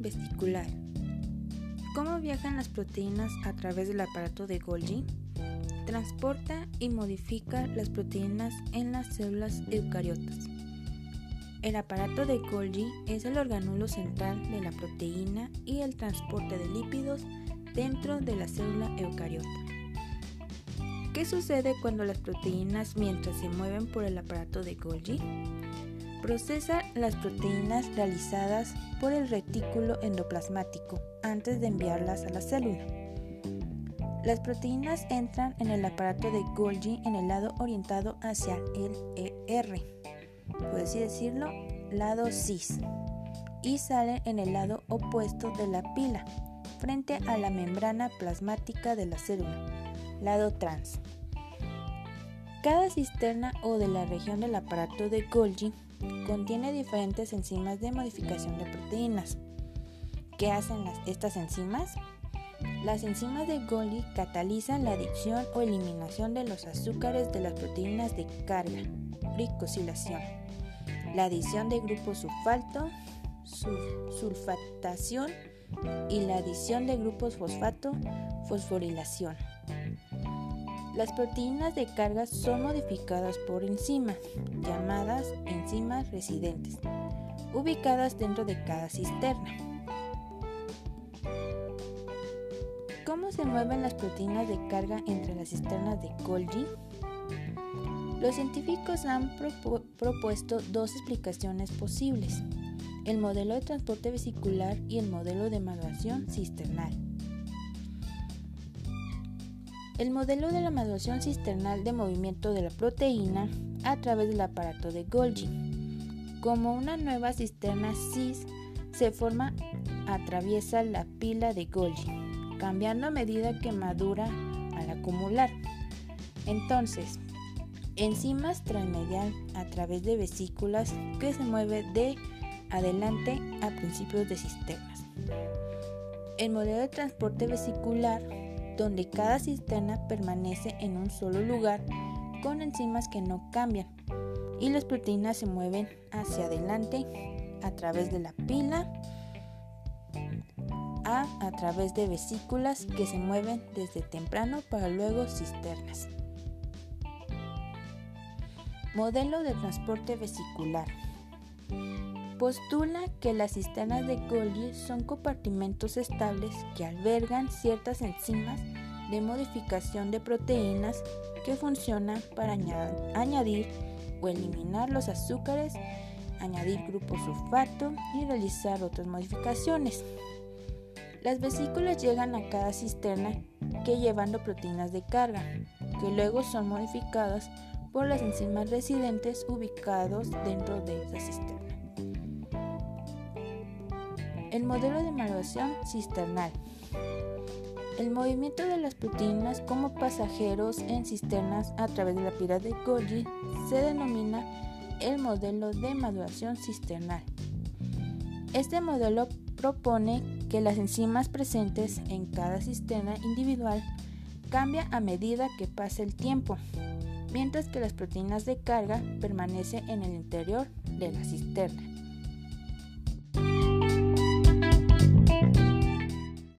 vesicular. ¿Cómo viajan las proteínas a través del aparato de Golgi? Transporta y modifica las proteínas en las células eucariotas. El aparato de Golgi es el organulo central de la proteína y el transporte de lípidos dentro de la célula eucariota. ¿Qué sucede cuando las proteínas, mientras se mueven por el aparato de Golgi? Procesa las proteínas realizadas por el retículo endoplasmático antes de enviarlas a la célula. Las proteínas entran en el aparato de Golgi en el lado orientado hacia el ER, por así decirlo, lado cis, y salen en el lado opuesto de la pila, frente a la membrana plasmática de la célula, lado trans. Cada cisterna o de la región del aparato de Golgi contiene diferentes enzimas de modificación de proteínas. ¿Qué hacen estas enzimas? Las enzimas de Golgi catalizan la adicción o eliminación de los azúcares de las proteínas de carga, glicosilación, la adición de grupos sulfato, sulfatación y la adición de grupos fosfato, fosforilación. Las proteínas de carga son modificadas por enzimas, llamadas enzimas residentes, ubicadas dentro de cada cisterna. ¿Cómo se mueven las proteínas de carga entre las cisternas de Golgi? Los científicos han propuesto dos explicaciones posibles: el modelo de transporte vesicular y el modelo de maduración cisternal. El modelo de la maduración cisternal de movimiento de la proteína a través del aparato de Golgi. Como una nueva cisterna cis se forma, atraviesa la pila de Golgi, cambiando a medida que madura al acumular. Entonces, enzimas transmedian a través de vesículas que se mueven de adelante a principios de cisternas. El modelo de transporte vesicular, donde cada cisterna permanece en un solo lugar con enzimas que no cambian y las proteínas se mueven hacia adelante a través de la pila a través de vesículas que se mueven desde temprano para luego cisternas. Modelo de transporte vesicular. Postula que las cisternas de Golgi son compartimentos estables que albergan ciertas enzimas de modificación de proteínas que funcionan para añadir o eliminar los azúcares, añadir grupos sulfato y realizar otras modificaciones. Las vesículas llegan a cada cisterna que llevando proteínas de carga, que luego son modificadas por las enzimas residentes ubicados dentro de esa cisterna. El modelo de maduración cisternal. El movimiento de las proteínas como pasajeros en cisternas a través de la pila de Golgi se denomina el modelo de maduración cisternal. Este modelo propone que las enzimas presentes en cada cisterna individual cambian a medida que pasa el tiempo, mientras que las proteínas de carga permanecen en el interior de la cisterna.